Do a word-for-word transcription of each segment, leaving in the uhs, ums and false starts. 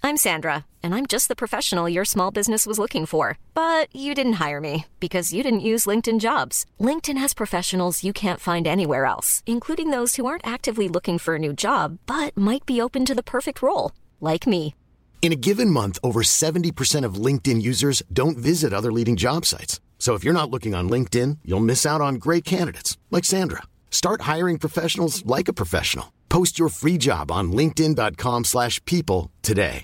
I'm Sandra, and I'm just the professional your small business was looking for. But you didn't hire me because you didn't use LinkedIn Jobs. LinkedIn has professionals you can't find anywhere else, including those who aren't actively looking for a new job, but might be open to the perfect role, like me. In a given month, over seventy percent of LinkedIn users don't visit other leading job sites. So if you're not looking on LinkedIn, you'll miss out on great candidates like Sandra. Start hiring professionals like a professional. Post your free job on linkedin dot com slash people today.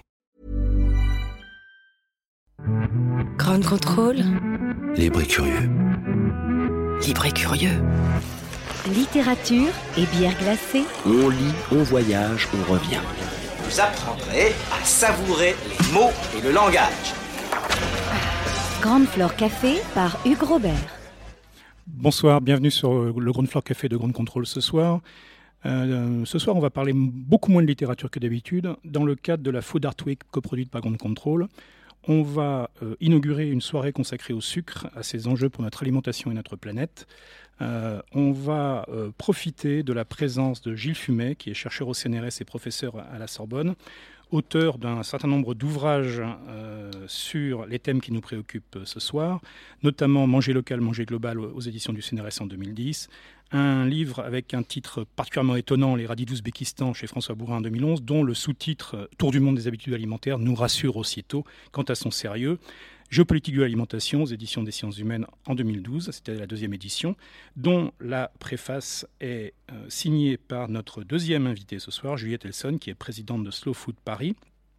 Grand contrôle. Libre et curieux. Libre et curieux. Littérature et bière glacée. On lit, on voyage, on revient. Vous apprendrez à savourer les mots et le langage. Grande Flore Café par Hugues Robert. Bonsoir, bienvenue sur le Grande Flore Café de Grande Contrôle ce soir. Euh, ce soir, on va parler beaucoup moins de littérature que d'habitude dans le cadre de la Food Art Week coproduite par Grande Contrôle. On va euh, inaugurer une soirée consacrée au sucre, à ses enjeux pour notre alimentation et notre planète. Euh, on va euh, profiter de la présence de Gilles Fumet, qui est chercheur au C N R S et professeur à la Sorbonne, auteur d'un certain nombre d'ouvrages euh, sur les thèmes qui nous préoccupent ce soir, notamment Manger local, manger global aux éditions du C N R S en deux mille dix, un livre avec un titre particulièrement étonnant, Les radis d'Ouzbékistan chez François Bourin en deux mille onze, dont le sous-titre Tour du monde des habitudes alimentaires nous rassure aussitôt quant à son sérieux. Géopolitique de l'alimentation aux éditions des sciences humaines en deux mille douze, c'était la deuxième édition, dont la préface est euh, signée par notre deuxième invitée ce soir, Juliette Elson, qui est présidente de Slow Food Paris.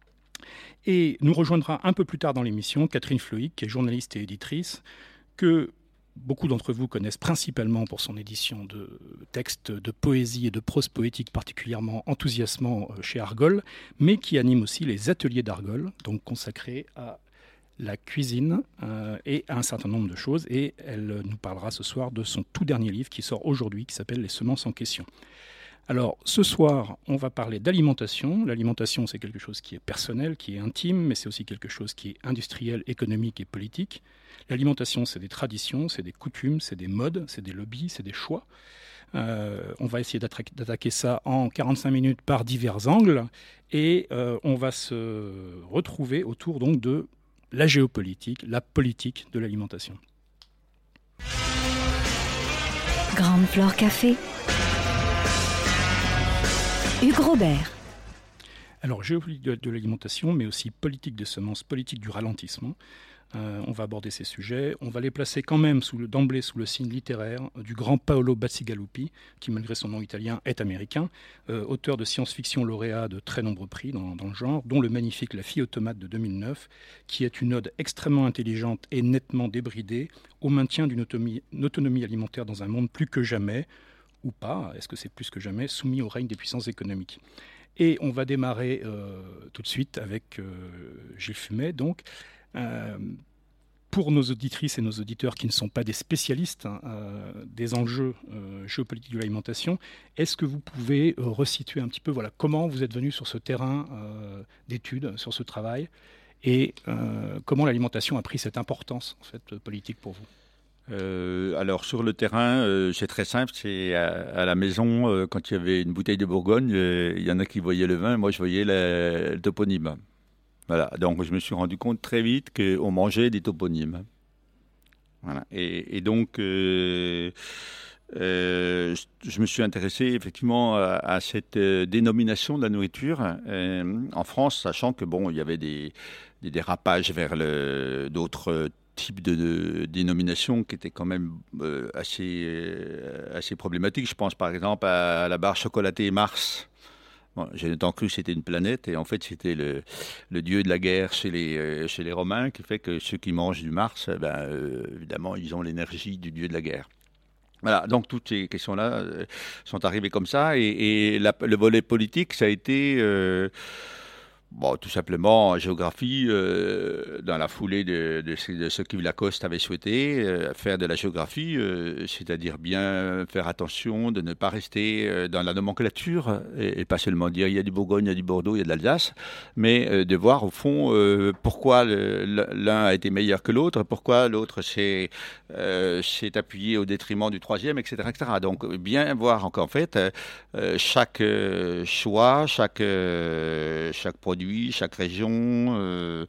Et nous rejoindra un peu plus tard dans l'émission Catherine Floïc, qui est journaliste et éditrice, que beaucoup d'entre vous connaissent principalement pour son édition de textes de poésie et de prose poétique particulièrement enthousiasmants chez Argol, mais qui anime aussi les ateliers d'Argol, donc consacrés à la cuisine euh, et à un certain nombre de choses. Et elle nous parlera ce soir de son tout dernier livre qui sort aujourd'hui, qui s'appelle Les semences en question. Alors, ce soir, on va parler d'alimentation. L'alimentation, c'est quelque chose qui est personnel, qui est intime, mais c'est aussi quelque chose qui est industriel, économique et politique. L'alimentation, c'est des traditions, c'est des coutumes, c'est des modes, c'est des lobbies, c'est des choix. Euh, on va essayer d'attra- d'attaquer ça en quarante-cinq minutes par divers angles. Et euh, on va se retrouver autour donc de la géopolitique, la politique de l'alimentation. Grande Flore Café. Hugues Robert. Alors, géopolitique de, de l'alimentation, mais aussi politique de semences, politique du ralentissement. Euh, on va aborder ces sujets. On va les placer quand même sous le, d'emblée sous le signe littéraire du grand Paolo Bacigalupi, qui malgré son nom italien est américain, euh, auteur de science-fiction lauréat de très nombreux prix dans, dans le genre, dont le magnifique La fille aux tomates de deux mille neuf, qui est une ode extrêmement intelligente et nettement débridée au maintien d'une autonomie, une autonomie alimentaire dans un monde plus que jamais, ou pas, est-ce que c'est plus que jamais, soumis au règne des puissances économiques. Et on va démarrer euh, tout de suite avec euh, Gilles Fumet, donc. Euh, pour nos auditrices et nos auditeurs qui ne sont pas des spécialistes hein, euh, des enjeux euh, géopolitiques de l'alimentation, est-ce que vous pouvez euh, resituer un petit peu voilà, comment vous êtes venu sur ce terrain euh, d'études, sur ce travail, et euh, comment l'alimentation a pris cette importance en fait, politique pour vous? Euh, alors sur le terrain, euh, c'est très simple, c'est à, à la maison, euh, quand il y avait une bouteille de Bourgogne, euh, il y en a qui voyaient le vin, moi je voyais la, le toponyme. Voilà, donc je me suis rendu compte très vite qu'on mangeait des toponymes. Voilà, et, et donc euh, euh, je, je me suis intéressé effectivement à, à cette euh, dénomination de la nourriture euh, en France, sachant que bon, il y avait des, des dérapages vers le, d'autres types de, de dénominations qui étaient quand même euh, assez, euh, assez problématiques. Je pense par exemple à, à la barre chocolatée Mars. Bon, j'ai longtemps cru que c'était une planète et en fait c'était le, le dieu de la guerre chez les, euh, chez les Romains qui fait que ceux qui mangent du Mars, ben, euh, évidemment ils ont l'énergie du dieu de la guerre. Voilà, donc toutes ces questions-là euh, sont arrivées comme ça et, et la, le volet politique ça a été... Euh, Bon, tout simplement, en géographie, euh, dans la foulée de, de, ce, de ce qu'Yves Lacoste avait souhaité, euh, faire de la géographie, euh, c'est-à-dire bien faire attention de ne pas rester euh, dans la nomenclature, et, et pas seulement dire il y a du Bourgogne, il y a du Bordeaux, il y a de l'Alsace, mais euh, de voir au fond euh, pourquoi le, l'un a été meilleur que l'autre, pourquoi l'autre s'est, euh, s'est appuyé au détriment du troisième, et cetera, et cetera. Donc, bien voir qu'en fait, euh, chaque euh, choix, chaque, euh, chaque produit produit, chaque région. Euh,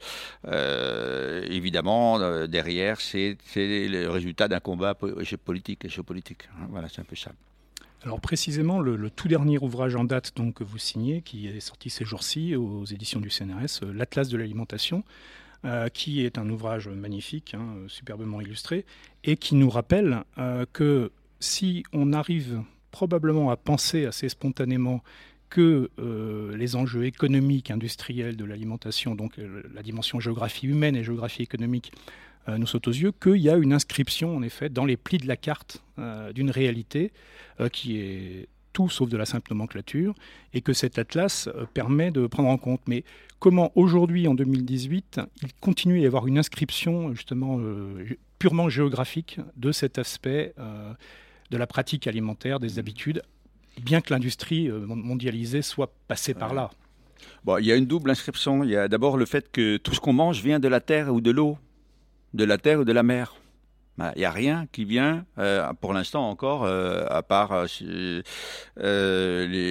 euh, évidemment, euh, derrière, c'est, c'est le résultat d'un combat politique et géopolitique. Voilà, c'est un peu ça. Alors précisément, le, le tout dernier ouvrage en date donc, que vous signez, qui est sorti ces jours-ci aux éditions du C N R S, euh, l'Atlas de l'alimentation, euh, qui est un ouvrage magnifique, hein, superbement illustré, et qui nous rappelle euh, que si on arrive probablement à penser assez spontanément que euh, les enjeux économiques, industriels de l'alimentation, donc euh, la dimension géographie humaine et géographie économique, nous saute aux yeux, qu'il y a une inscription, en effet, dans les plis de la carte euh, d'une réalité euh, qui est tout sauf de la simple nomenclature, et que cet atlas euh, permet de prendre en compte. Mais comment, aujourd'hui, en deux mille dix-huit, il continue à y avoir une inscription, justement, euh, purement géographique de cet aspect euh, de la pratique alimentaire, des habitudes, bien que l'industrie euh, mondialisée soit passée par là. Bon, il y a une double inscription. Il y a d'abord le fait que tout ce qu'on mange vient de la terre ou de l'eau. De la terre ou de la mer. Il n'y a rien qui vient, euh, pour l'instant encore, euh, à part euh, euh, les,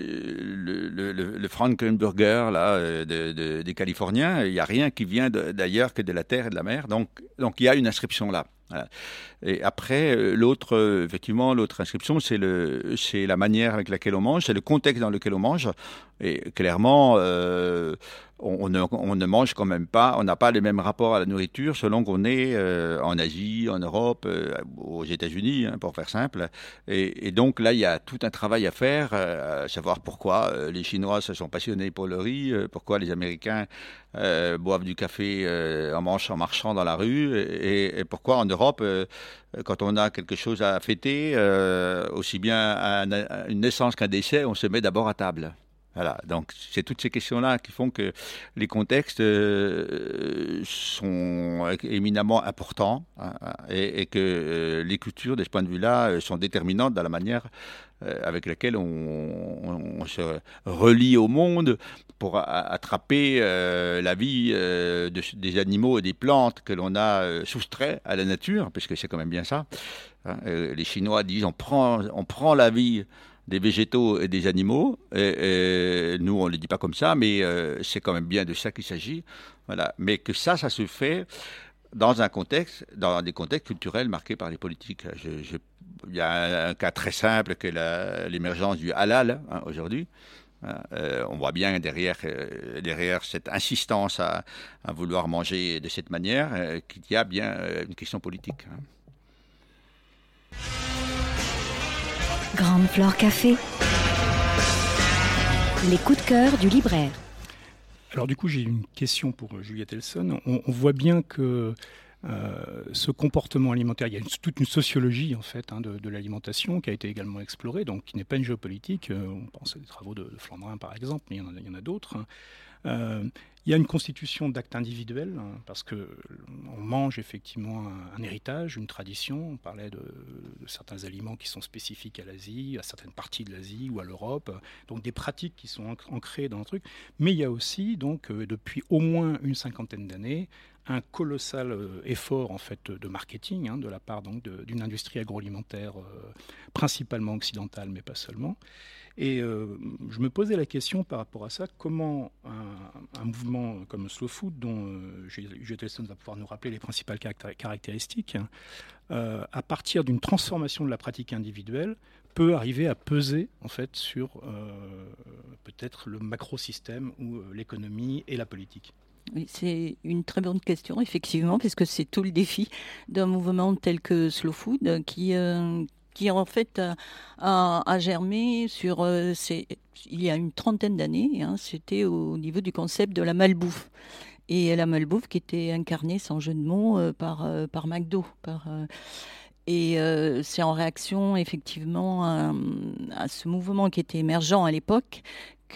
le, le, le Frankenburger là, de, de, des Californiens. Il n'y a rien qui vient de, d'ailleurs que de la terre et de la mer. Donc, donc il y a une inscription là. Voilà. Et après, l'autre, effectivement, l'autre inscription, c'est, le, c'est la manière avec laquelle on mange, c'est le contexte dans lequel on mange. Et clairement, euh, on, on, ne, on ne mange quand même pas, on n'a pas les mêmes rapports à la nourriture selon qu'on est euh, en Asie, en Europe, euh, aux États-Unis, hein, pour faire simple. Et, et donc là, il y a tout un travail à faire, euh, à savoir pourquoi euh, les Chinois se sont passionnés pour le riz, euh, pourquoi les Américains euh, boivent du café euh, en, manche, en marchant dans la rue, et, et pourquoi en Europe, euh, quand on a quelque chose à fêter, euh, aussi bien un, une naissance qu'un décès, on se met d'abord à table. Voilà, donc c'est toutes ces questions-là qui font que les contextes euh, sont éminemment importants, hein, et, et que euh, les cultures, de ce point de vue-là, sont déterminantes dans la manière euh, avec laquelle on, on, on se relie au monde pour a, attraper euh, la vie euh, de, des animaux et des plantes que l'on a euh, soustraits à la nature, parce que c'est quand même bien ça. Hein, euh, les Chinois disent on prend, on prend la vie des végétaux et des animaux, et, et nous on ne le dit pas comme ça, mais euh, c'est quand même bien de ça qu'il s'agit, voilà. Mais que ça, ça se fait dans un contexte, dans des contextes culturels marqués par les politiques. Je, je, il y a un, un cas très simple que la, l'émergence du halal, hein, aujourd'hui. Euh, on voit bien derrière, euh, derrière cette insistance à, à vouloir manger de cette manière euh, qu'il y a bien euh, une question politique, hein. Grande Flore Café. Les coups de cœur du libraire. Alors du coup, j'ai une question pour Juliette Elson. On, on voit bien que euh, ce comportement alimentaire, il y a une, toute une sociologie en fait, hein, de, de l'alimentation qui a été également explorée, donc qui n'est pas une géopolitique. Euh, on pense à des travaux de, de Flandrin par exemple, mais il y en a, il y en a d'autres, hein. Euh, il y a une constitution d'actes individuels, hein, parce qu'on mange effectivement un, un héritage, une tradition. On parlait de, de certains aliments qui sont spécifiques à l'Asie, à certaines parties de l'Asie ou à l'Europe, donc des pratiques qui sont ancrées dans le truc. Mais il y a aussi, donc, euh, depuis au moins une cinquantaine d'années, un colossal euh, effort en fait, de marketing, hein, de la part donc, de, d'une industrie agroalimentaire euh, principalement occidentale, mais pas seulement. Et euh, je me posais la question par rapport à ça, comment un, un mouvement comme Slow Food, dont euh, Juliette Elson va pouvoir nous rappeler les principales caractéristiques, hein, euh, à partir d'une transformation de la pratique individuelle, peut arriver à peser en fait, sur euh, peut-être le macro-système ou euh, l'économie et la politique. Oui, c'est une très bonne question, effectivement, parce que c'est tout le défi d'un mouvement tel que Slow Food qui... Euh, qui en fait a, a, a germé sur, euh, c'est, il y a une trentaine d'années, hein, c'était au niveau du concept de la malbouffe. Et la malbouffe qui était incarnée, sans jeu de mots, euh, par, euh, par McDo. Par, euh, et euh, c'est en réaction effectivement à, à ce mouvement qui était émergent à l'époque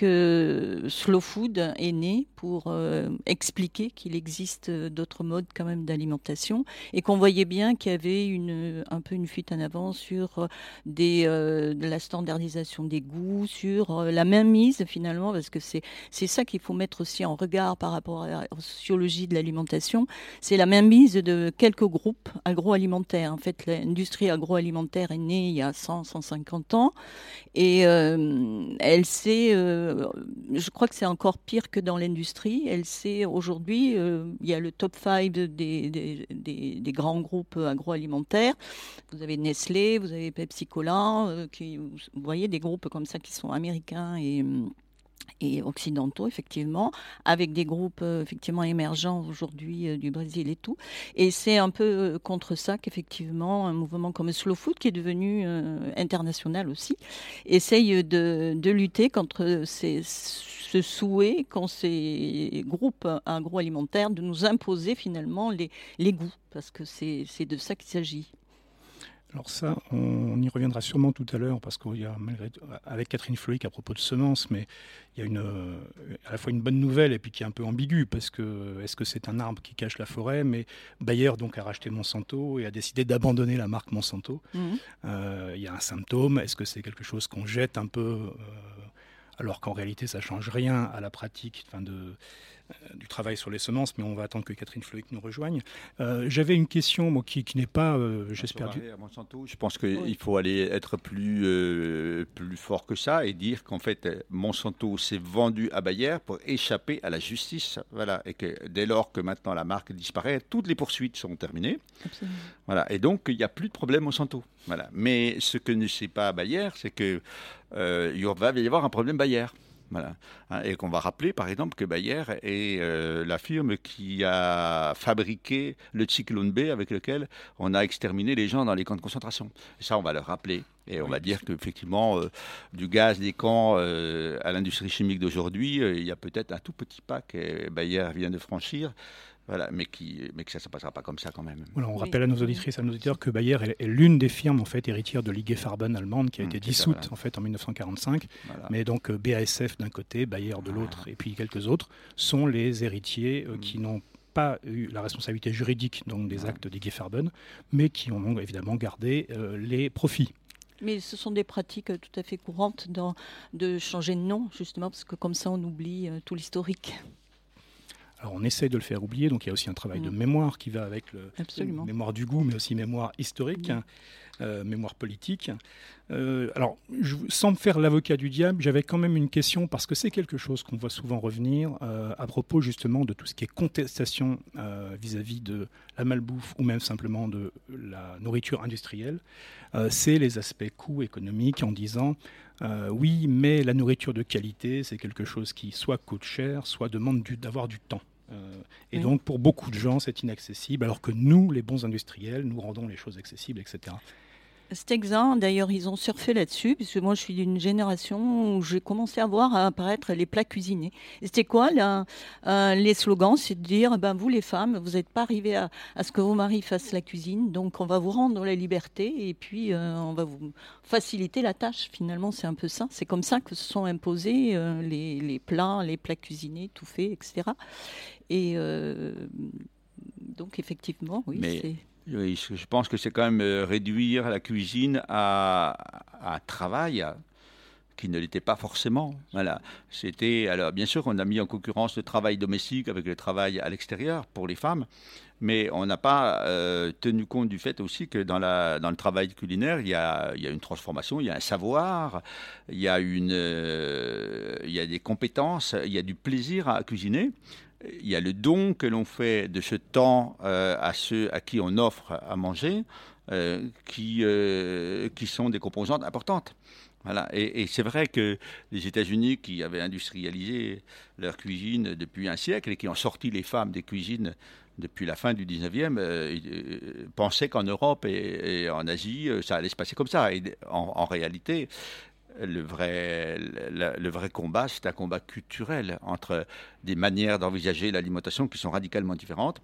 que Slow Food est né pour euh, expliquer qu'il existe d'autres modes quand même d'alimentation et qu'on voyait bien qu'il y avait une, un peu une fuite en avant sur des, euh, de la standardisation des goûts, sur euh, la mainmise finalement, parce que c'est, c'est ça qu'il faut mettre aussi en regard par rapport à la sociologie de l'alimentation, c'est la mainmise de quelques groupes agroalimentaires. En fait, l'industrie agroalimentaire est née il y a cent à cent cinquante ans et euh, elle s'est... Euh, euh, je crois que c'est encore pire que dans l'industrie. Elle sait aujourd'hui, euh, il y a le top cinq des, des, des, des grands groupes agroalimentaires. Vous avez Nestlé, vous avez Pepsi-Cola, euh, qui, vous voyez des groupes comme ça qui sont américains et et occidentaux, effectivement, avec des groupes euh, effectivement émergents aujourd'hui euh, du Brésil et tout. Et c'est un peu euh, contre ça qu'effectivement un mouvement comme Slow Food, qui est devenu euh, international aussi, essaye de, de lutter contre ces, ce souhait qu'ont ces groupes agroalimentaires de nous imposer finalement les, les goûts, parce que c'est, c'est de ça qu'il s'agit. Alors ça, on y reviendra sûrement tout à l'heure, parce qu'il y a, malgré tout, avec Catherine Floïc à propos de semences, mais il y a une, à la fois une bonne nouvelle et puis qui est un peu ambiguë, parce que est-ce que c'est un arbre qui cache la forêt? Mais Bayer donc a racheté Monsanto et a décidé d'abandonner la marque Monsanto. Mmh. Euh, il y a un symptôme, est-ce que c'est quelque chose qu'on jette un peu, euh, alors qu'en réalité ça ne change rien à la pratique, enfin de... du travail sur les semences, mais on va attendre que Catherine Floïc nous rejoigne. Euh, j'avais une question moi, qui, qui n'est pas, euh, j'espère... Du... À Monsanto, je pense qu'il oui. faut aller être plus, euh, plus fort que ça et dire qu'en fait, Monsanto s'est vendu à Bayer pour échapper à la justice. Voilà. Et que dès lors que maintenant la marque disparaît, toutes les poursuites sont terminées. Absolument. Voilà. Et donc, il n'y a plus de problème Monsanto. Voilà. Mais ce que ne sait pas Bayer, c'est qu'il euh, va y avoir un problème Bayer. Voilà. Et qu'on va rappeler, par exemple, que Bayer est euh, la firme qui a fabriqué le Zyklon B avec lequel on a exterminé les gens dans les camps de concentration. Et ça, on va le rappeler. Et on oui, va dire qu'effectivement, euh, du gaz des camps euh, à l'industrie chimique d'aujourd'hui, euh, il y a peut-être un tout petit pas que Bayer vient de franchir. Voilà, mais, qui, mais que ça ne se passera pas comme ça quand même. Voilà, on oui. rappelle à nos auditrices et à nos auditeurs que Bayer est, est l'une des firmes en fait, héritières de l'I G Farben allemande qui a mmh, été dissoute ça, voilà. en, fait, en dix-neuf cent quarante-cinq. Voilà. Mais donc B A S F d'un côté, Bayer de l'autre ah. et puis quelques autres sont les héritiers euh, mmh. qui n'ont pas eu la responsabilité juridique donc, des ouais. actes d'I G Farben, mais qui ont donc, évidemment gardé euh, les profits. Mais ce sont des pratiques tout à fait courantes dans, de changer de nom, justement, parce que comme ça on oublie euh, tout l'historique. Alors on essaye de le faire oublier, donc il y a aussi un travail mmh. de mémoire qui va avec le Absolument. mémoire du goût, mais aussi mémoire historique, mmh. euh, mémoire politique. Euh, alors, je, sans me faire l'avocat du diable, j'avais quand même une question, parce que c'est quelque chose qu'on voit souvent revenir euh, à propos justement de tout ce qui est contestation euh, vis-à-vis de la malbouffe ou même simplement de la nourriture industrielle. Euh, c'est les aspects coûts économiques en disant... Euh, oui, mais la nourriture de qualité, c'est quelque chose qui soit coûte cher, soit demande du, d'avoir du temps. Euh, et oui. donc, pour beaucoup de gens, c'est inaccessible, alors que nous, les bons industriels, nous rendons les choses accessibles, et cetera. C'est exact. D'ailleurs, ils ont surfé là-dessus, puisque moi, je suis d'une génération où j'ai commencé à voir apparaître les plats cuisinés. Et c'était quoi là, euh, les slogans? C'est de dire, ben, vous les femmes, vous n'êtes pas arrivées à, à ce que vos maris fassent la cuisine, donc on va vous rendre la liberté et puis euh, on va vous faciliter la tâche. Finalement, c'est un peu ça. C'est comme ça que se sont imposés euh, les, les plats, les plats cuisinés, tout fait, et cetera. Et euh, donc, effectivement, oui, Mais... c'est... Oui, je pense que c'est quand même réduire la cuisine à, à un travail qui ne l'était pas forcément. Voilà. C'était, alors, bien sûr, on a mis en concurrence le travail domestique avec le travail à l'extérieur pour les femmes, mais on n'a pas euh, tenu compte du fait aussi que dans, la, dans le travail culinaire, il y a, il y a une transformation, il y a un savoir, il y a, une, euh, il y a des compétences, il y a du plaisir à cuisiner. Il y a le don que l'on fait de ce temps euh, à ceux à qui on offre à manger, euh, qui, euh, qui sont des composantes importantes. Voilà. Et, et c'est vrai que les États-Unis, qui avaient industrialisé leur cuisine depuis un siècle et qui ont sorti les femmes des cuisines depuis la fin du dix-neuvième, euh, euh, pensaient qu'en Europe et, et en Asie, ça allait se passer comme ça. Et en, en réalité... Le vrai, le, le vrai combat, c'est un combat culturel entre des manières d'envisager l'alimentation qui sont radicalement différentes.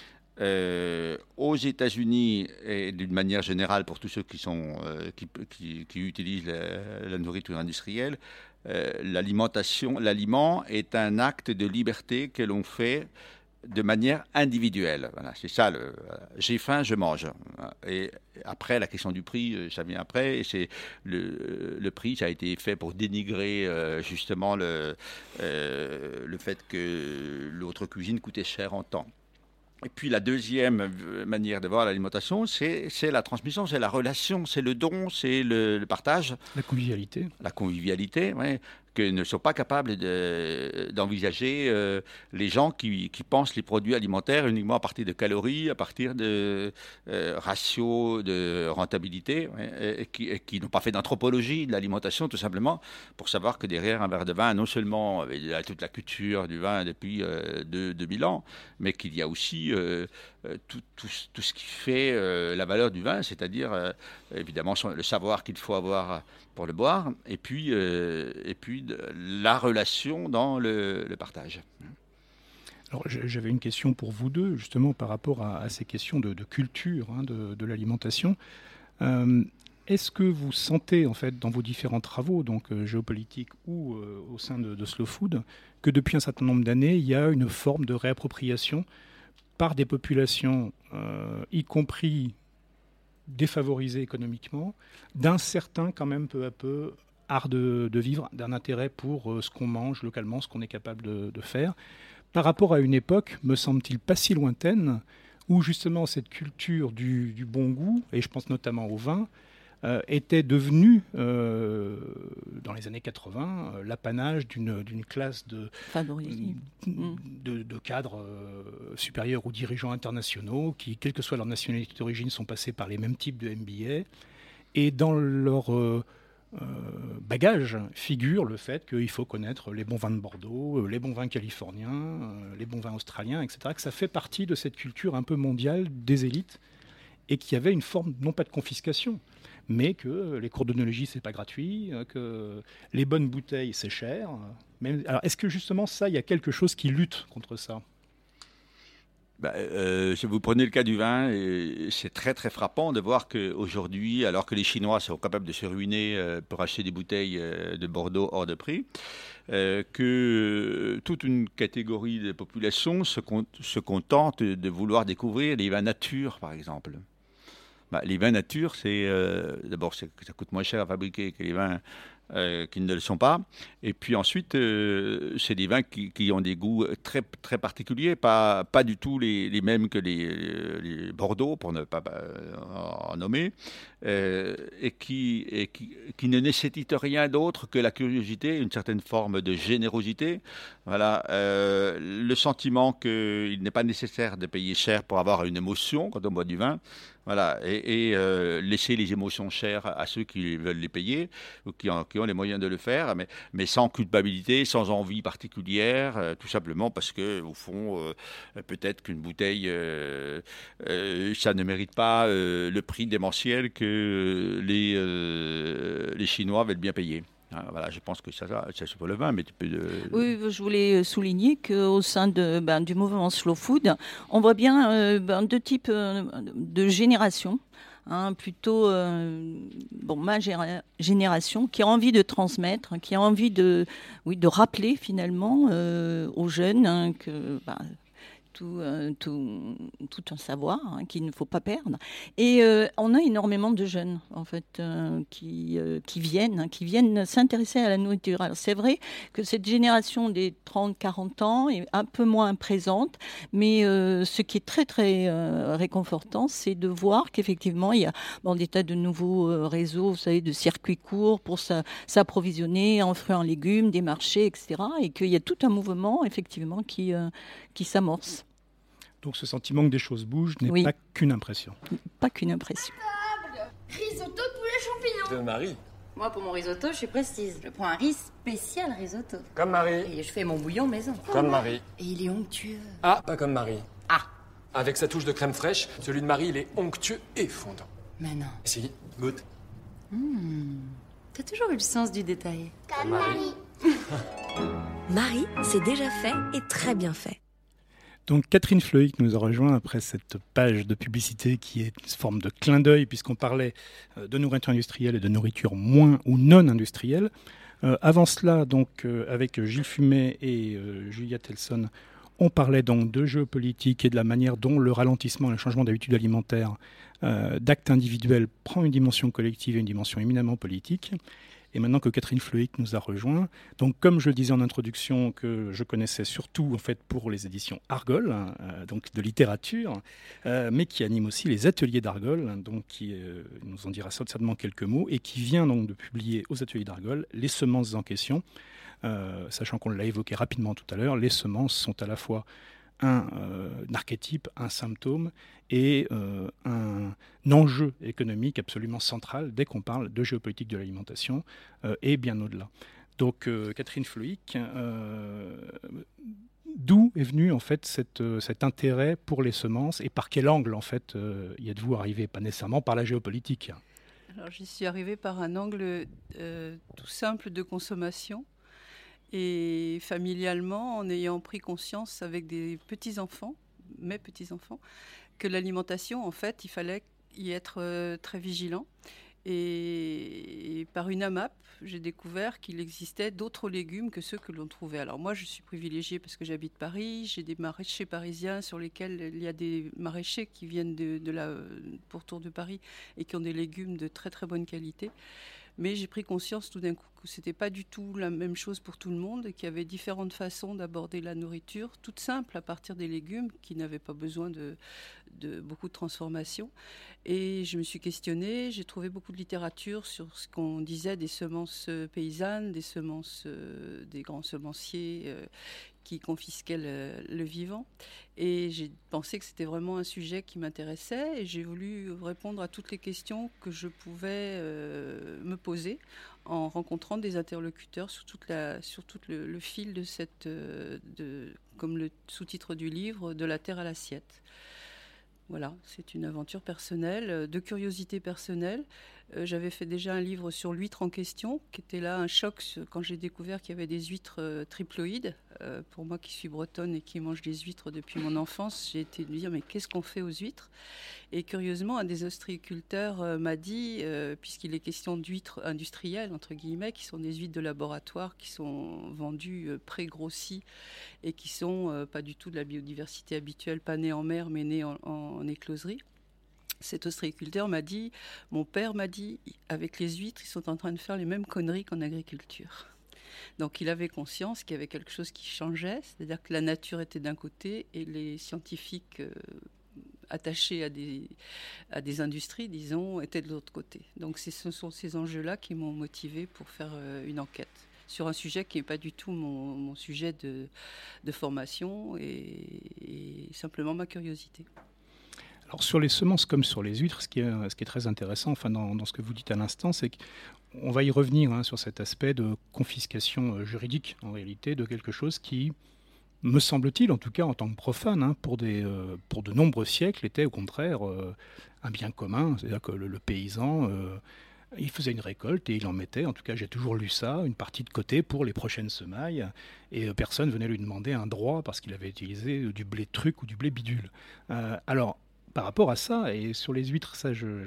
Euh, aux États-Unis, et d'une manière générale pour tous ceux qui, sont, euh, qui, qui, qui utilisent la, la nourriture industrielle, euh, l'alimentation, l'aliment est un acte de liberté que l'on fait de manière individuelle. Voilà, c'est ça, le, j'ai faim, je mange. Et après, la question du prix, ça vient après. Et c'est le, le prix, ça a été fait pour dénigrer euh, justement le, euh, le fait que l'autre cuisine coûtait cher en temps. Et puis la deuxième manière de voir l'alimentation, c'est, c'est la transmission, c'est la relation, c'est le don, c'est le, le partage. La convivialité. La convivialité, oui. que ne sont pas capables de, d'envisager euh, les gens qui, qui pensent les produits alimentaires uniquement à partir de calories, à partir de euh, ratios de rentabilité, et, et qui, et qui n'ont pas fait d'anthropologie de l'alimentation, tout simplement, pour savoir que derrière un verre de vin, non seulement avec toute la culture du vin depuis euh, deux mille ans, mais qu'il y a aussi euh, tout, tout, tout ce qui fait euh, la valeur du vin, c'est-à-dire euh, évidemment son, le savoir qu'il faut avoir pour le boire, et puis, euh, et puis de, la relation dans le, le partage. Alors, j'avais une question pour vous deux, justement, par rapport à, à ces questions de, de culture hein, de, de l'alimentation. Euh, est-ce que vous sentez, en fait, dans vos différents travaux, donc euh, géopolitiques ou euh, au sein de, de Slow Food, que depuis un certain nombre d'années, il y a une forme de réappropriation par des populations, euh, y compris défavorisées économiquement, d'un certain, quand même, peu à peu, art de, de vivre, d'un intérêt pour euh, ce qu'on mange localement, ce qu'on est capable de, de faire, par rapport à une époque, me semble-t-il, pas si lointaine, où justement cette culture du, du bon goût, et je pense notamment au vin, euh, était devenue, euh, dans les années quatre-vingts, euh, l'apanage d'une, d'une classe de, de, de cadres euh, supérieurs ou dirigeants internationaux qui, quelle que soit leur nationalité d'origine, sont passés par les mêmes types de M B A. Et dans leur euh, euh, bagage figure le fait qu'il faut connaître les bons vins de Bordeaux, euh, les bons vins californiens, euh, les bons vins australiens, et cetera, que ça fait partie de cette culture un peu mondiale des élites et qu'il y avait une forme, non pas de confiscation, mais que les cours d'œnologie, c'est pas gratuit, que les bonnes bouteilles, c'est cher. Même... Alors, est-ce que justement, ça, il y a quelque chose qui lutte contre ça ? Ben, euh, si vous prenez le cas du vin, et c'est très très frappant de voir qu'aujourd'hui, alors que les Chinois sont capables de se ruiner euh, pour acheter des bouteilles euh, de Bordeaux hors de prix, euh, que toute une catégorie de population se, con- se contente de vouloir découvrir les vins nature, par exemple. Ben, les vins nature, c'est euh, d'abord c'est, ça coûte moins cher à fabriquer que les vins Euh, qui ne le sont pas. Et puis ensuite, euh, c'est des vins qui, qui ont des goûts très, très particuliers, pas, pas du tout les, les mêmes que les, les Bordeaux, pour ne pas euh, en nommer, euh, et, qui, et qui, qui ne nécessitent rien d'autre que la curiosité, une certaine forme de générosité. Voilà, euh, le sentiment qu'il n'est pas nécessaire de payer cher pour avoir une émotion quand on boit du vin. Voilà, et, et euh, laisser les émotions chères à ceux qui veulent les payer ou qui, en, qui ont les moyens de le faire, mais, mais sans culpabilité, sans envie particulière, euh, tout simplement parce que au fond, euh, peut-être qu'une bouteille, euh, euh, ça ne mérite pas euh, le prix démentiel que les, euh, les Chinois veulent bien payer. Voilà, je pense que ça, ça c'est pour le vin, mais tu peux... De... Oui, je voulais souligner qu'au sein de, ben, du mouvement Slow Food, on voit bien euh, ben, deux types euh, de générations. Hein, plutôt euh, bon, ma géra- génération qui a envie de transmettre, qui a envie de, oui, de rappeler finalement euh, aux jeunes hein, que... Ben, Tout, euh, tout, tout un savoir hein, qu'il ne faut pas perdre. Et euh, on a énormément de jeunes en fait euh, qui, euh, qui viennent, hein, qui viennent s'intéresser à la nourriture. Alors c'est vrai que cette génération des trente quarante ans est un peu moins présente, mais euh, ce qui est très très euh, réconfortant, c'est de voir qu'effectivement il y a bon, des tas de nouveaux euh, réseaux, vous savez, de circuits courts pour sa, s'approvisionner en fruits, en légumes, des marchés, et cetera. Et qu'il y a tout un mouvement effectivement qui, euh, qui s'amorce. Donc ce sentiment que des choses bougent n'est oui. pas qu'une impression. Pas qu'une impression. Risotto de poulet champignon. De Marie. Moi, pour mon risotto, je suis précise. Je prends un riz spécial risotto. Comme Marie. Et je fais mon bouillon maison. Comme Marie. Et il est onctueux. Ah, pas comme Marie. Ah. Avec sa touche de crème fraîche, celui de Marie, il est onctueux et fondant. Mais non. Si, goûte. Mmh. T'as toujours eu le sens du détail. Comme Marie. Marie, c'est déjà fait et très bien fait. Donc Catherine Fleuic nous a rejoint après cette page de publicité qui est une forme de clin d'œil puisqu'on parlait de nourriture industrielle et de nourriture moins ou non industrielle. Euh, avant cela, donc euh, avec Gilles Fumet et euh, Julia Telson, on parlait donc de géopolitique et de la manière dont le ralentissement et le changement d'habitudes alimentaires euh, d'actes individuels prend une dimension collective et une dimension éminemment politique. Et maintenant que Catherine Fleuic nous a rejoint, donc comme je le disais en introduction, que je connaissais surtout en fait pour les éditions Argol, euh, donc de littérature, euh, mais qui anime aussi les ateliers d'Argol, donc qui euh, nous en dira certainement quelques mots, et qui vient donc de publier aux ateliers d'Argol Les Semences en question, euh, sachant qu'on l'a évoqué rapidement tout à l'heure, les semences sont à la fois un, euh, un archétype, un symptôme et euh, un enjeu économique absolument central dès qu'on parle de géopolitique de l'alimentation euh, et bien au-delà. Donc euh, Catherine Floïc, euh, d'où est venu en fait cette, euh, cet intérêt pour les semences et par quel angle en fait euh, y êtes-vous arrivé? Pas nécessairement par la géopolitique. Alors j'y suis arrivée par un angle euh, tout simple de consommation. Et familialement, en ayant pris conscience avec des petits-enfants, mes petits-enfants, que l'alimentation, en fait, il fallait y être euh, très vigilant. Et, et par une AMAP, j'ai découvert qu'il existait d'autres légumes que ceux que l'on trouvait. Alors moi, je suis privilégiée parce que j'habite Paris. J'ai des maraîchers parisiens sur lesquels il y a des maraîchers qui viennent de, de la pourtour de Paris et qui ont des légumes de très très bonne qualité. Mais j'ai pris conscience tout d'un coup que ce n'était pas du tout la même chose pour tout le monde et qu'il y avait différentes façons d'aborder la nourriture, toutes simples à partir des légumes qui n'avaient pas besoin de, de beaucoup de transformation. Et je me suis questionnée, j'ai trouvé beaucoup de littérature sur ce qu'on disait des semences paysannes, des semences euh, des grands semenciers euh, qui confisquaient le, le vivant. Et j'ai pensé que c'était vraiment un sujet qui m'intéressait et j'ai voulu répondre à toutes les questions que je pouvais euh, me poser en rencontrant des interlocuteurs sur, toute la, sur tout le, le fil de cette, euh, de, comme le sous-titre du livre, de la terre à l'assiette. Voilà, c'est une aventure personnelle, de curiosité personnelle. Euh, j'avais fait déjà un livre sur l'huître en question, qui était là un choc quand j'ai découvert qu'il y avait des huîtres euh, triploïdes. Euh, pour moi qui suis bretonne et qui mange des huîtres depuis mon enfance, j'ai été me dire mais qu'est-ce qu'on fait aux huîtres? Et curieusement, un des ostréiculteurs euh, m'a dit, euh, puisqu'il est question d'huîtres industrielles, entre guillemets, qui sont des huîtres de laboratoire, qui sont vendues euh, pré-grossies et qui sont euh, pas du tout de la biodiversité habituelle, pas nées en mer mais nées en, en, en écloserie. Cet ostréiculteur m'a dit, mon père m'a dit, avec les huîtres, ils sont en train de faire les mêmes conneries qu'en agriculture. Donc il avait conscience qu'il y avait quelque chose qui changeait, c'est-à-dire que la nature était d'un côté et les scientifiques euh, attachés à des, à des industries, disons, étaient de l'autre côté. Donc ce sont ces enjeux-là qui m'ont motivée pour faire euh, une enquête sur un sujet qui n'est pas du tout mon, mon sujet de, de formation et, et simplement ma curiosité. Alors sur les semences comme sur les huîtres, ce qui est, ce qui est très intéressant, enfin dans, dans ce que vous dites à l'instant, c'est qu'on va y revenir hein, sur cet aspect de confiscation juridique, en réalité, de quelque chose qui, me semble-t-il, en tout cas en tant que profane, hein, pour, des, euh, pour de nombreux siècles, était au contraire euh, un bien commun. C'est-à-dire que le, le paysan, euh, il faisait une récolte et il en mettait, en tout cas j'ai toujours lu ça, une partie de côté pour les prochaines semailles, et euh, personne venait lui demander un droit parce qu'il avait utilisé du blé truc ou du blé bidule. Euh, alors, par rapport à ça, et sur les huîtres, ça, je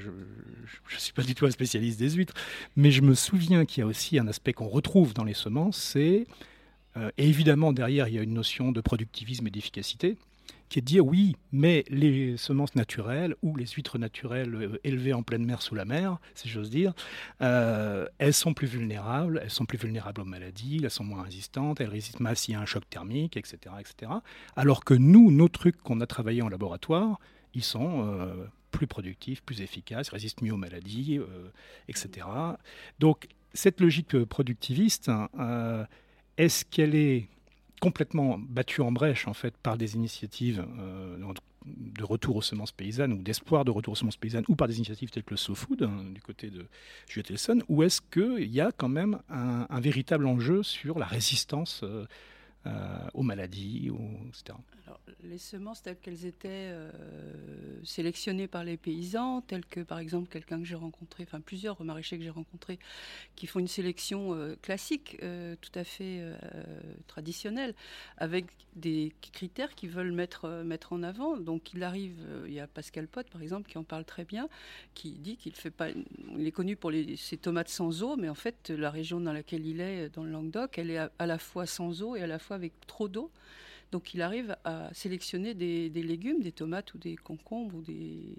ne suis pas du tout un spécialiste des huîtres, mais je me souviens qu'il y a aussi un aspect qu'on retrouve dans les semences, c'est, euh, et évidemment derrière il y a une notion de productivisme et d'efficacité, qui est de dire oui, mais les semences naturelles, ou les huîtres naturelles euh, élevées en pleine mer sous la mer, si j'ose dire, euh, elles sont plus vulnérables, elles sont plus vulnérables aux maladies, elles sont moins résistantes, elles résistent mal s'il y a un choc thermique, et cetera, et cetera. Alors que nous, nos trucs qu'on a travaillés en laboratoire, ils sont euh, plus productifs, plus efficaces, résistent mieux aux maladies, euh, et cetera. Donc, cette logique productiviste, euh, est-ce qu'elle est complètement battue en brèche, en fait, par des initiatives euh, de retour aux semences paysannes ou d'espoir de retour aux semences paysannes ou par des initiatives telles que le SoFood, hein, du côté de Juliette Elson, ou est-ce qu'il y a quand même un, un véritable enjeu sur la résistance euh, Euh, aux maladies, ou, et cetera. Alors, les semences telles qu'elles étaient euh, sélectionnées par les paysans, telles que par exemple quelqu'un que j'ai rencontré, enfin plusieurs maraîchers que j'ai rencontrés, qui font une sélection euh, classique, euh, tout à fait euh, traditionnelle, avec des critères qu'ils veulent mettre, euh, mettre en avant. Donc il arrive, euh, il y a Pascal Pot par exemple qui en parle très bien, qui dit qu'il fait pas, il est connu pour les, ses tomates sans eau, mais en fait la région dans laquelle il est, dans le Languedoc, elle est à, à la fois sans eau et à la fois avec trop d'eau. Donc il arrive à sélectionner des, des légumes, des tomates ou des concombres ou des,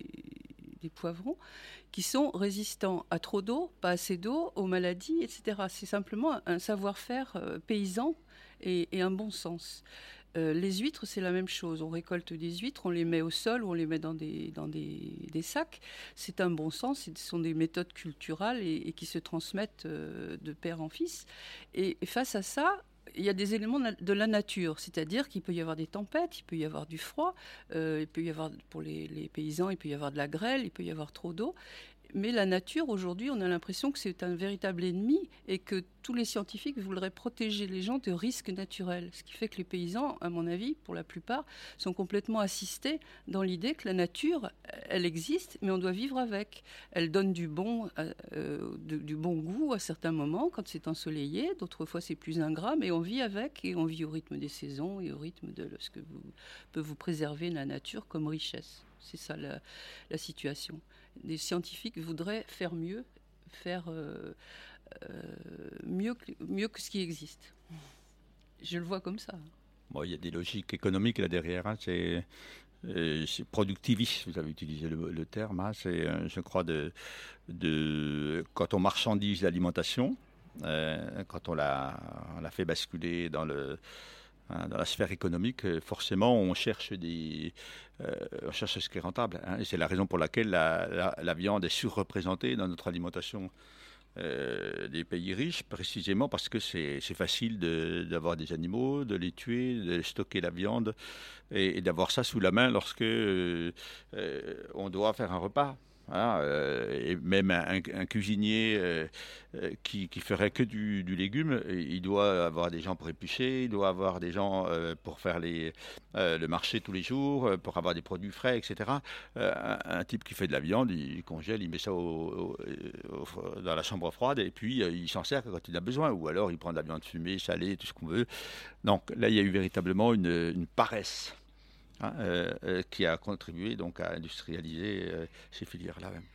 des poivrons qui sont résistants à trop d'eau, pas assez d'eau, aux maladies, et cetera. C'est simplement un savoir-faire euh, paysan et, et un bon sens. Euh, les huîtres, c'est la même chose. On récolte des huîtres, on les met au sol ou on les met dans des, dans des, des sacs. C'est un bon sens, ce sont des méthodes culturales et, et qui se transmettent euh, de père en fils. Et, et face à ça, il y a des éléments de la nature, c'est-à-dire qu'il peut y avoir des tempêtes, il peut y avoir du froid, euh, il peut y avoir, pour les, les paysans, il peut y avoir de la grêle, il peut y avoir trop d'eau. Mais la nature, aujourd'hui, on a l'impression que c'est un véritable ennemi et que tous les scientifiques voudraient protéger les gens de risques naturels. Ce qui fait que les paysans, à mon avis, pour la plupart, sont complètement assistés dans l'idée que la nature, elle existe, mais on doit vivre avec. Elle donne du bon, euh, de, du bon goût à certains moments, quand c'est ensoleillé. D'autres fois, c'est plus ingrat, mais on vit avec et on vit au rythme des saisons et au rythme de ce que vous, peut vous préserver la nature comme richesse. C'est ça la, la situation. Les scientifiques voudraient faire mieux, faire euh, euh, mieux, que, mieux que ce qui existe. Je le vois comme ça. Bon, il y a des logiques économiques là derrière. Hein. C'est, euh, c'est productiviste, vous avez utilisé le, le terme. Hein. C'est, euh, je crois, de, de, quand on marchandise l'alimentation, euh, quand on la, on la fait basculer dans le... dans la sphère économique, forcément, on cherche, des, euh, on cherche ce qui est rentable. Hein, et c'est la raison pour laquelle la, la, la viande est surreprésentée dans notre alimentation euh, des pays riches, précisément parce que c'est, c'est facile de, d'avoir des animaux, de les tuer, de stocker la viande et, et d'avoir ça sous la main lorsque euh, euh, on doit faire un repas. Voilà, euh, et même un, un cuisinier euh, euh, qui, qui ferait que du, du légume, il doit avoir des gens pour éplucher, il doit avoir des gens euh, pour faire les, euh, le marché tous les jours, pour avoir des produits frais, et cetera. Euh, un, un type qui fait de la viande, il congèle, il met ça au, au, au, dans la chambre froide et puis euh, il s'en sert quand il a besoin, ou alors il prend de la viande fumée, salée, tout ce qu'on veut. Donc là, il y a eu véritablement une, une paresse. Hein, euh, euh, qui a contribué donc à industrialiser euh, ces filières-là même.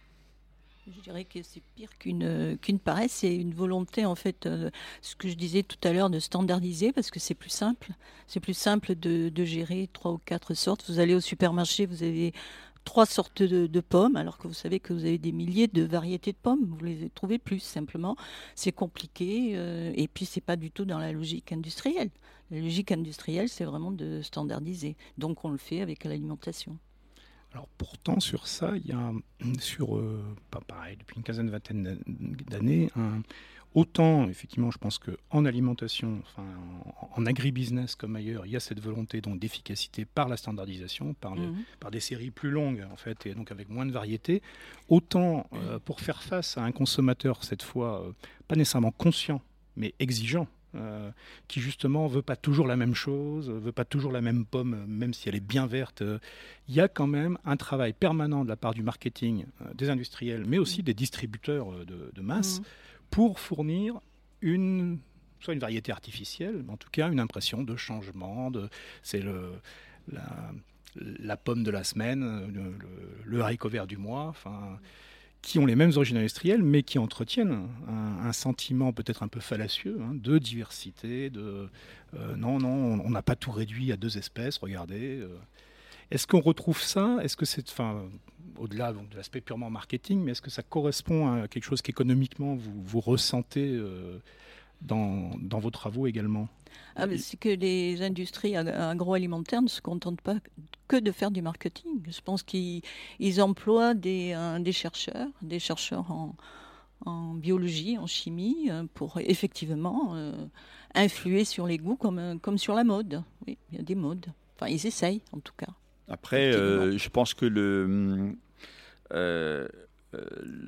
Je dirais que c'est pire qu'une, qu'une paresse, c'est une volonté en fait, euh, ce que je disais tout à l'heure, de standardiser parce que c'est plus simple. C'est plus simple de, de gérer trois ou quatre sortes. Vous allez au supermarché, vous avez trois sortes de, de pommes, alors que vous savez que vous avez des milliers de variétés de pommes. Vous les trouvez plus simplement. C'est compliqué euh, et puis c'est pas du tout dans la logique industrielle. La logique industrielle, c'est vraiment de standardiser. Donc on le fait avec l'alimentation. Alors pourtant, sur ça, il y a, sur, euh, pas pareil, depuis une quinzaine, vingtaine d'années, un, autant, effectivement, je pense qu'en alimentation, enfin, en, en agribusiness comme ailleurs, il y a cette volonté donc, d'efficacité par la standardisation, par, le, mmh. par des séries plus longues, en fait, et donc avec moins de variété. Autant, euh, pour faire face à un consommateur, cette fois, euh, pas nécessairement conscient, mais exigeant, Euh, qui justement veut pas toujours la même chose, veut pas toujours la même pomme, même si elle est bien verte. Il euh, y a quand même un travail permanent de la part du marketing, euh, des industriels, mais aussi des distributeurs euh, de, de masse, mmh. pour fournir une, soit une variété artificielle, mais en tout cas une impression de changement. De, c'est le, la, la pomme de la semaine, le, le, le haricot vert du mois, enfin... qui ont les mêmes origines industrielles, mais qui entretiennent un, un sentiment peut-être un peu fallacieux hein, de diversité, de euh, non, non, on n'a pas tout réduit à deux espèces, regardez. Euh. Est-ce qu'on retrouve ça ? Est-ce que c'est, enfin, au-delà donc, de l'aspect purement marketing, mais est-ce que ça correspond à quelque chose qu'économiquement vous, vous ressentez euh, dans, dans vos travaux également ? Ah, mais c'est que les industries agroalimentaires ne se contentent pas que de faire du marketing. Je pense qu'ils ils emploient des, euh, des chercheurs, des chercheurs en, en biologie, en chimie, euh, pour effectivement euh, influer sur les goûts comme, comme sur la mode. Oui, il y a des modes. Enfin, ils essayent, en tout cas. Après, euh, je pense que le... Euh, Euh,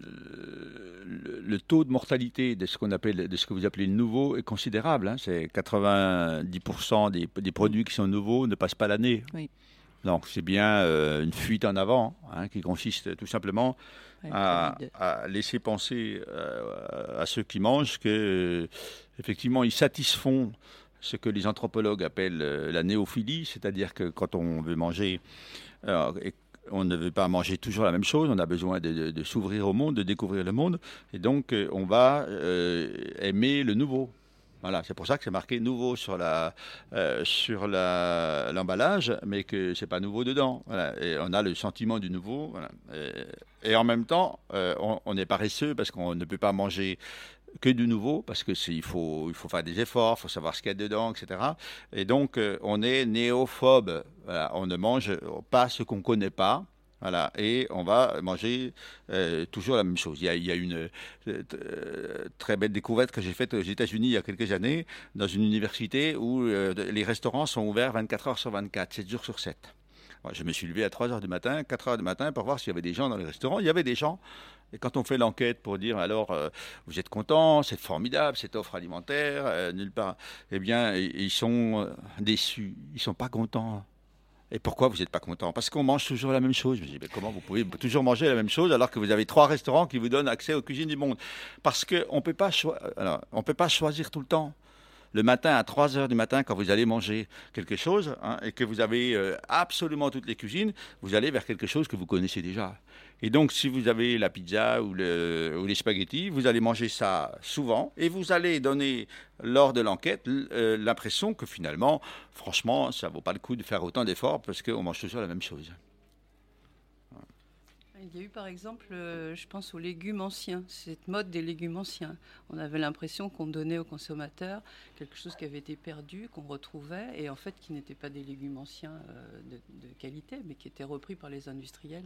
le, le taux de mortalité de ce qu'on appelle, de ce que vous appelez le nouveau est considérable. Hein. C'est quatre-vingt-dix pour cent des, des produits qui sont nouveaux ne passent pas l'année. Oui. Donc c'est bien euh, une fuite en avant hein, qui consiste tout simplement oui, à, à laisser penser euh, à ceux qui mangent que euh, effectivement ils satisfont ce que les anthropologues appellent euh, la néophilie, c'est-à-dire que quand on veut manger euh, et on ne veut pas manger toujours la même chose, on a besoin de, de, de s'ouvrir au monde, de découvrir le monde, et donc euh, on va euh, aimer le nouveau. Voilà, c'est pour ça que c'est marqué nouveau sur la euh, sur la, l'emballage, mais que c'est pas nouveau dedans. Voilà, et on a le sentiment du nouveau. Voilà. Et, et en même temps, euh, on, on est paresseux parce qu'on ne peut pas manger que du nouveau, parce que c'est, il faut, il faut faire des efforts, il faut savoir ce qu'il y a dedans, et cetera. Et donc, euh, on est néophobe. Voilà, on ne mange pas ce qu'on ne connaît pas. Voilà, et on va manger euh, toujours la même chose. Il y a, il y a une euh, très belle découverte que j'ai faite aux États-Unis il y a quelques années, dans une université où euh, les restaurants sont ouverts vingt-quatre heures sur vingt-quatre, sept jours sur sept. Moi, je me suis levé à trois heures du matin, quatre heures du matin pour voir s'il y avait des gens dans les restaurants. Il y avait des gens. Et quand on fait l'enquête pour dire, alors, euh, vous êtes content, c'est formidable, cette offre alimentaire, euh, nulle part, eh bien, ils sont déçus, ils ne sont pas contents. Et pourquoi vous n'êtes pas content? Parce qu'on mange toujours la même chose. Je me dis, mais comment vous pouvez toujours manger la même chose alors que vous avez trois restaurants qui vous donnent accès aux cuisines du monde? Parce qu'on ne peut pas choisir tout le temps. Le matin, à trois heures du matin, quand vous allez manger quelque chose, hein, et que vous avez euh, absolument toutes les cuisines, vous allez vers quelque chose que vous connaissez déjà. Et donc, si vous avez la pizza ou, le, ou les spaghettis, vous allez manger ça souvent, et vous allez donner, lors de l'enquête, euh, l'impression que finalement, franchement, ça ne vaut pas le coup de faire autant d'efforts, parce qu'on mange toujours la même chose. Il y a eu par exemple, euh, je pense aux légumes anciens, cette mode des légumes anciens. On avait l'impression qu'on donnait aux consommateurs quelque chose qui avait été perdu, qu'on retrouvait, et en fait qui n'étaient pas des légumes anciens euh, de, de qualité, mais qui étaient repris par les industriels.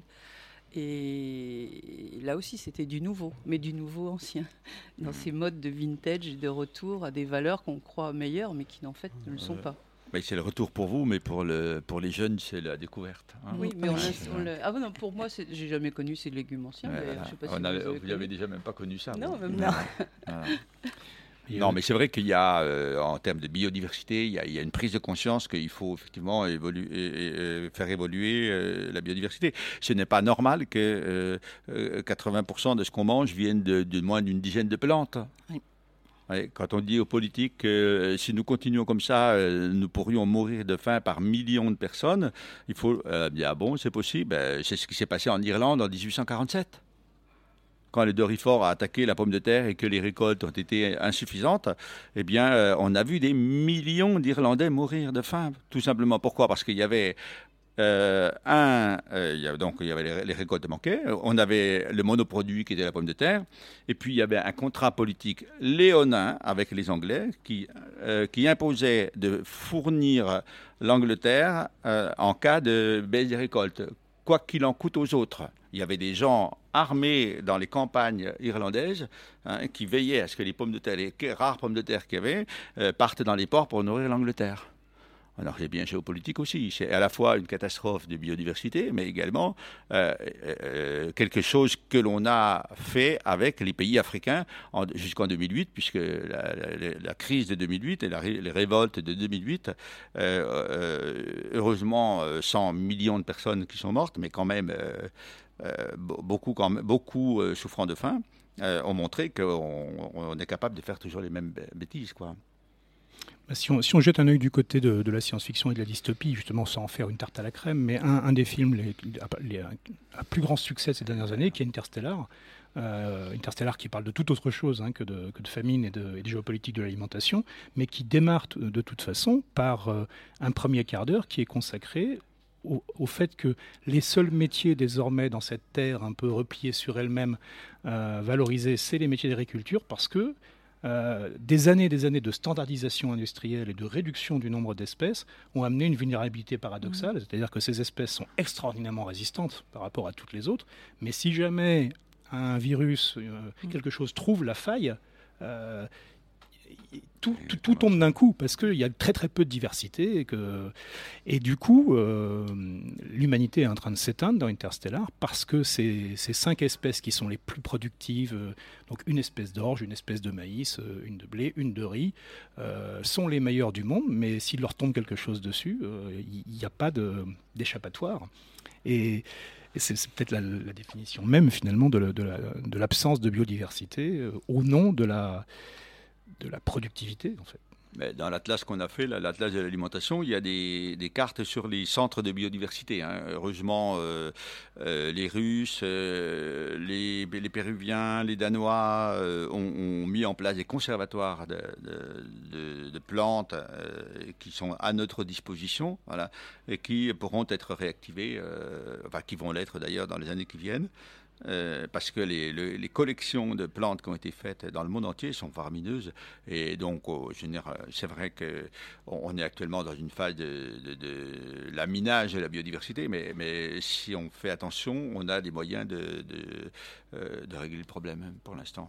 Et là aussi, c'était du nouveau, mais du nouveau ancien, dans ces modes de vintage et de retour à des valeurs qu'on croit meilleures, mais qui en fait ne le sont pas. Ben, c'est le retour pour vous, mais pour, le, pour les jeunes, c'est la découverte. Hein. Oui, mais on, on le... Ah non, pour moi, c'est... j'ai jamais connu ces légumes anciens. Ouais, voilà. Je sais pas si on vous avait, avez vous n'avez déjà même pas connu ça. Non, même non. Voilà. Non, mais c'est vrai qu'il y a, euh, en termes de biodiversité, il y a, il y a une prise de conscience qu'il faut effectivement évoluer, et, et faire évoluer euh, la biodiversité. Ce n'est pas normal que euh, quatre-vingts pour cent de ce qu'on mange vienne de, de moins d'une dizaine de plantes. Oui. Ouais, quand on dit aux politiques que euh, si nous continuons comme ça, euh, nous pourrions mourir de faim par millions de personnes, il faut euh, dire, ah bon, c'est possible. Ben, c'est ce qui s'est passé en Irlande en dix-huit cent quarante-sept. Quand le Doryphore a attaqué la pomme de terre et que les récoltes ont été insuffisantes, eh bien, euh, on a vu des millions d'Irlandais mourir de faim. Tout simplement. Pourquoi? Parce qu'il y avait Euh, un, euh, il y avait, donc il y avait les, les récoltes manquaient, on avait le monoproduit qui était la pomme de terre, et puis il y avait un contrat politique léonin avec les Anglais qui, euh, qui imposait de fournir l'Angleterre euh, en cas de baisse des récoltes, quoi qu'il en coûte aux autres. Il y avait des gens armés dans les campagnes irlandaises hein, qui veillaient à ce que les pommes de terre, les rares pommes de terre qu'il y avait, euh, partent dans les ports pour nourrir l'Angleterre. Alors c'est bien géopolitique aussi, c'est à la fois une catastrophe de biodiversité, mais également euh, euh, quelque chose que l'on a fait avec les pays africains en, jusqu'en deux mille huit, puisque la, la, la crise de deux mille huit et la, les révoltes de deux mille huit, euh, euh, heureusement cent millions de personnes qui sont mortes, mais quand même euh, euh, beaucoup, quand même, beaucoup euh, souffrant de faim, euh, ont montré qu'on on est capable de faire toujours les mêmes bêtises, quoi. Si on, si on jette un œil du côté de, de la science-fiction et de la dystopie, justement sans en faire une tarte à la crème, mais un, un des films les, les, à plus grand succès ces dernières années, qui est Interstellar, euh, Interstellar qui parle de toute autre chose hein, que, de, que de famine et de, et de géopolitique de l'alimentation, mais qui démarre de, de toute façon par euh, un premier quart d'heure qui est consacré au, au fait que les seuls métiers désormais dans cette terre un peu repliée sur elle-même, euh, valorisés, c'est les métiers d'agriculture, parce que Euh, des années et des années de standardisation industrielle et de réduction du nombre d'espèces ont amené une vulnérabilité paradoxale, mmh. c'est-à-dire que ces espèces sont extraordinairement résistantes par rapport à toutes les autres, mais si jamais un virus, euh, mmh. quelque chose trouve la faille, euh, tout, tout, tout tombe d'un coup, parce qu'il y a très très peu de diversité, et, que, et du coup, euh, l'humanité est en train de s'éteindre dans Interstellar, parce que ces, ces cinq espèces qui sont les plus productives, euh, donc une espèce d'orge, une espèce de maïs, euh, une de blé, une de riz, euh, sont les meilleures du monde, mais s'il leur tombe quelque chose dessus, il euh, n'y a pas de, d'échappatoire. Et, et c'est, c'est peut-être la, la définition même, finalement, de, de, la, de l'absence de biodiversité, euh, au nom de la... de la productivité, en fait. Mais dans l'atlas qu'on a fait, là, l'atlas de l'alimentation, il y a des, des cartes sur les centres de biodiversité. Hein. Heureusement, euh, euh, les Russes, euh, les, les Péruviens, les Danois euh, ont, ont mis en place des conservatoires de, de, de, de plantes euh, qui sont à notre disposition, voilà, et qui pourront être réactivés, euh, enfin qui vont l'être d'ailleurs dans les années qui viennent. Euh, parce que les, les, les collections de plantes qui ont été faites dans le monde entier sont faramineuses. Et donc, oh, je veux dire, c'est vrai qu'on est actuellement dans une phase de, de, de l'aminage de la biodiversité, mais, mais si on fait attention, on a des moyens de, de, euh, de régler le problème pour l'instant.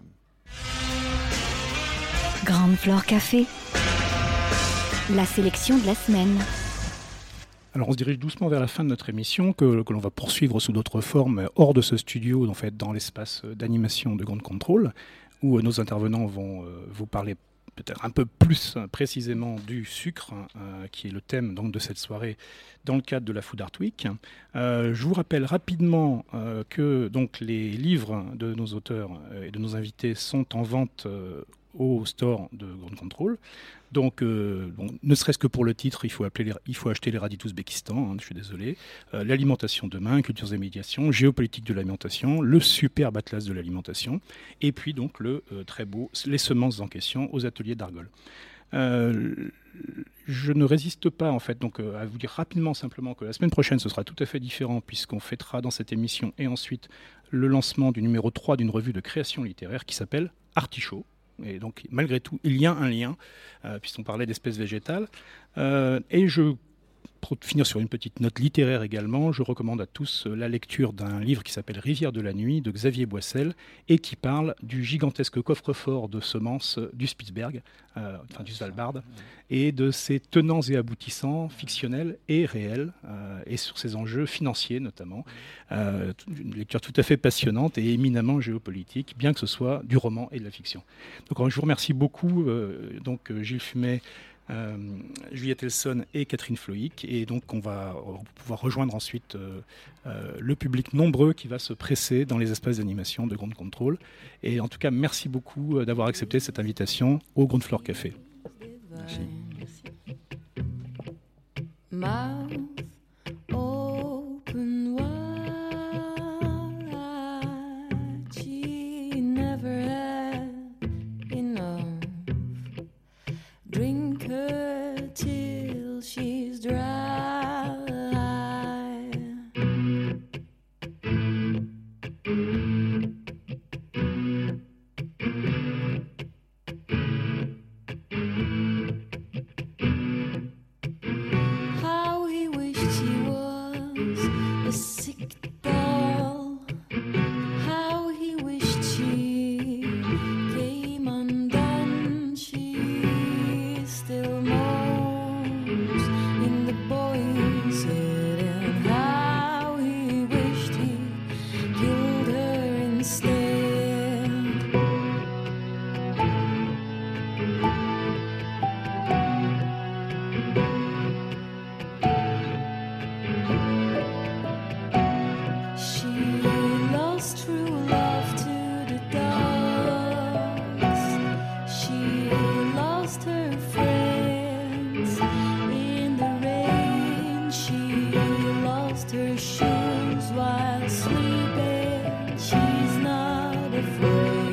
Grande Flore Café, la sélection de la semaine. Alors on se dirige doucement vers la fin de notre émission, que, que l'on va poursuivre sous d'autres formes hors de ce studio, en fait, dans l'espace d'animation de Ground Control, où nos intervenants vont euh, vous parler peut-être un peu plus hein, précisément du sucre, euh, qui est le thème donc, de cette soirée dans le cadre de la Food Art Week. Euh, je vous rappelle rapidement euh, que donc, les livres de nos auteurs et de nos invités sont en vente euh, au store de Ground Control. Donc, euh, bon, ne serait-ce que pour le titre, il faut, appeler les, il faut acheter les radis d'Ouzbékistan, hein, je suis désolé. Euh, l'alimentation demain, cultures et médiations, géopolitique de l'alimentation, le superbe atlas de l'alimentation, et puis donc le euh, très beau Les semences en question aux ateliers d'Argol. Euh, je ne résiste pas en fait donc euh, à vous dire rapidement simplement que la semaine prochaine ce sera tout à fait différent puisqu'on fêtera dans cette émission et ensuite le lancement du numéro trois d'une revue de création littéraire qui s'appelle Artichaut. Et donc, malgré tout, il y a un lien, euh, puisqu'on parlait d'espèces végétales. Euh, et je, pour finir sur une petite note littéraire également, je recommande à tous la lecture d'un livre qui s'appelle Rivière de la nuit de Xavier Boissel et qui parle du gigantesque coffre-fort de semences du Spitzberg, euh, enfin du Svalbard, et de ses tenants et aboutissants fictionnels et réels, euh, et sur ses enjeux financiers notamment. Euh, une lecture tout à fait passionnante et éminemment géopolitique, bien que ce soit du roman et de la fiction. Donc je vous remercie beaucoup, euh, donc Gilles Fumet, Euh, Juliette Elson et Catherine Floïc, et donc on va pouvoir rejoindre ensuite euh, euh, le public nombreux qui va se presser dans les espaces d'animation de Ground Control. Et en tout cas, merci beaucoup d'avoir accepté cette invitation au Ground Floor Café. Merci. Mouth open wide, she never had enough. Drink her till she's dry. How he wished he was a sick doll. How he wished she came undone. She still moans in the boy's head, and how he wished he killed her instead. She lost true love to the dogs. She lost her friends in the rain. She lost her shoes while sleeping. She's not afraid.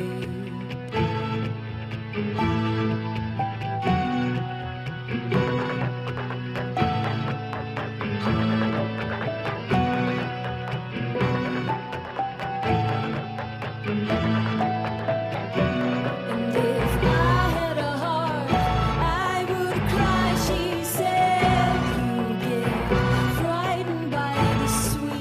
And if I had a heart, I would cry, she said. You get frightened by the sweet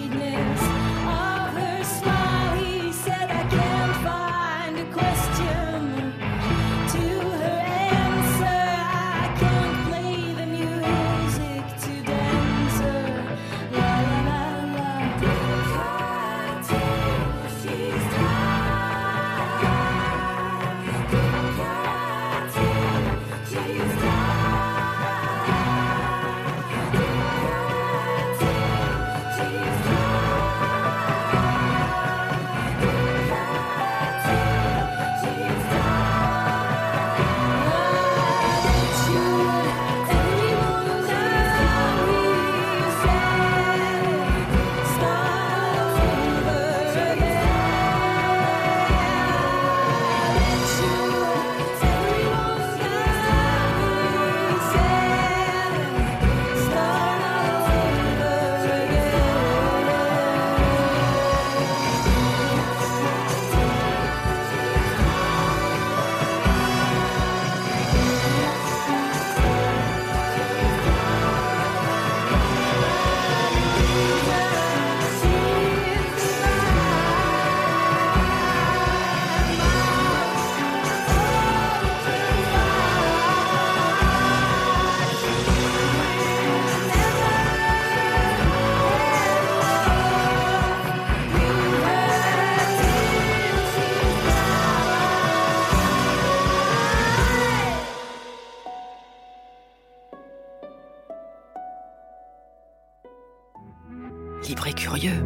Libre et curieux.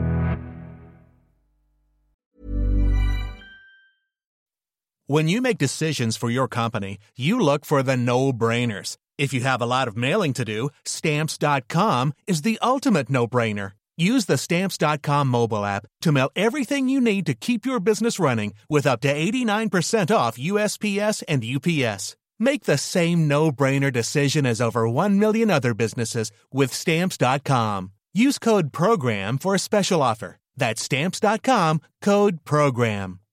When you make decisions for your company, you look for the no-brainers. If you have a lot of mailing to do, Stamps dot com is the ultimate no-brainer. Use the Stamps dot com mobile app to mail everything you need to keep your business running with up to eighty-nine percent off U S P S and U P S. Make the same no-brainer decision as over one million other businesses with Stamps dot com. Use code PROGRAM for a special offer. That's Stamps dot com, code PROGRAM.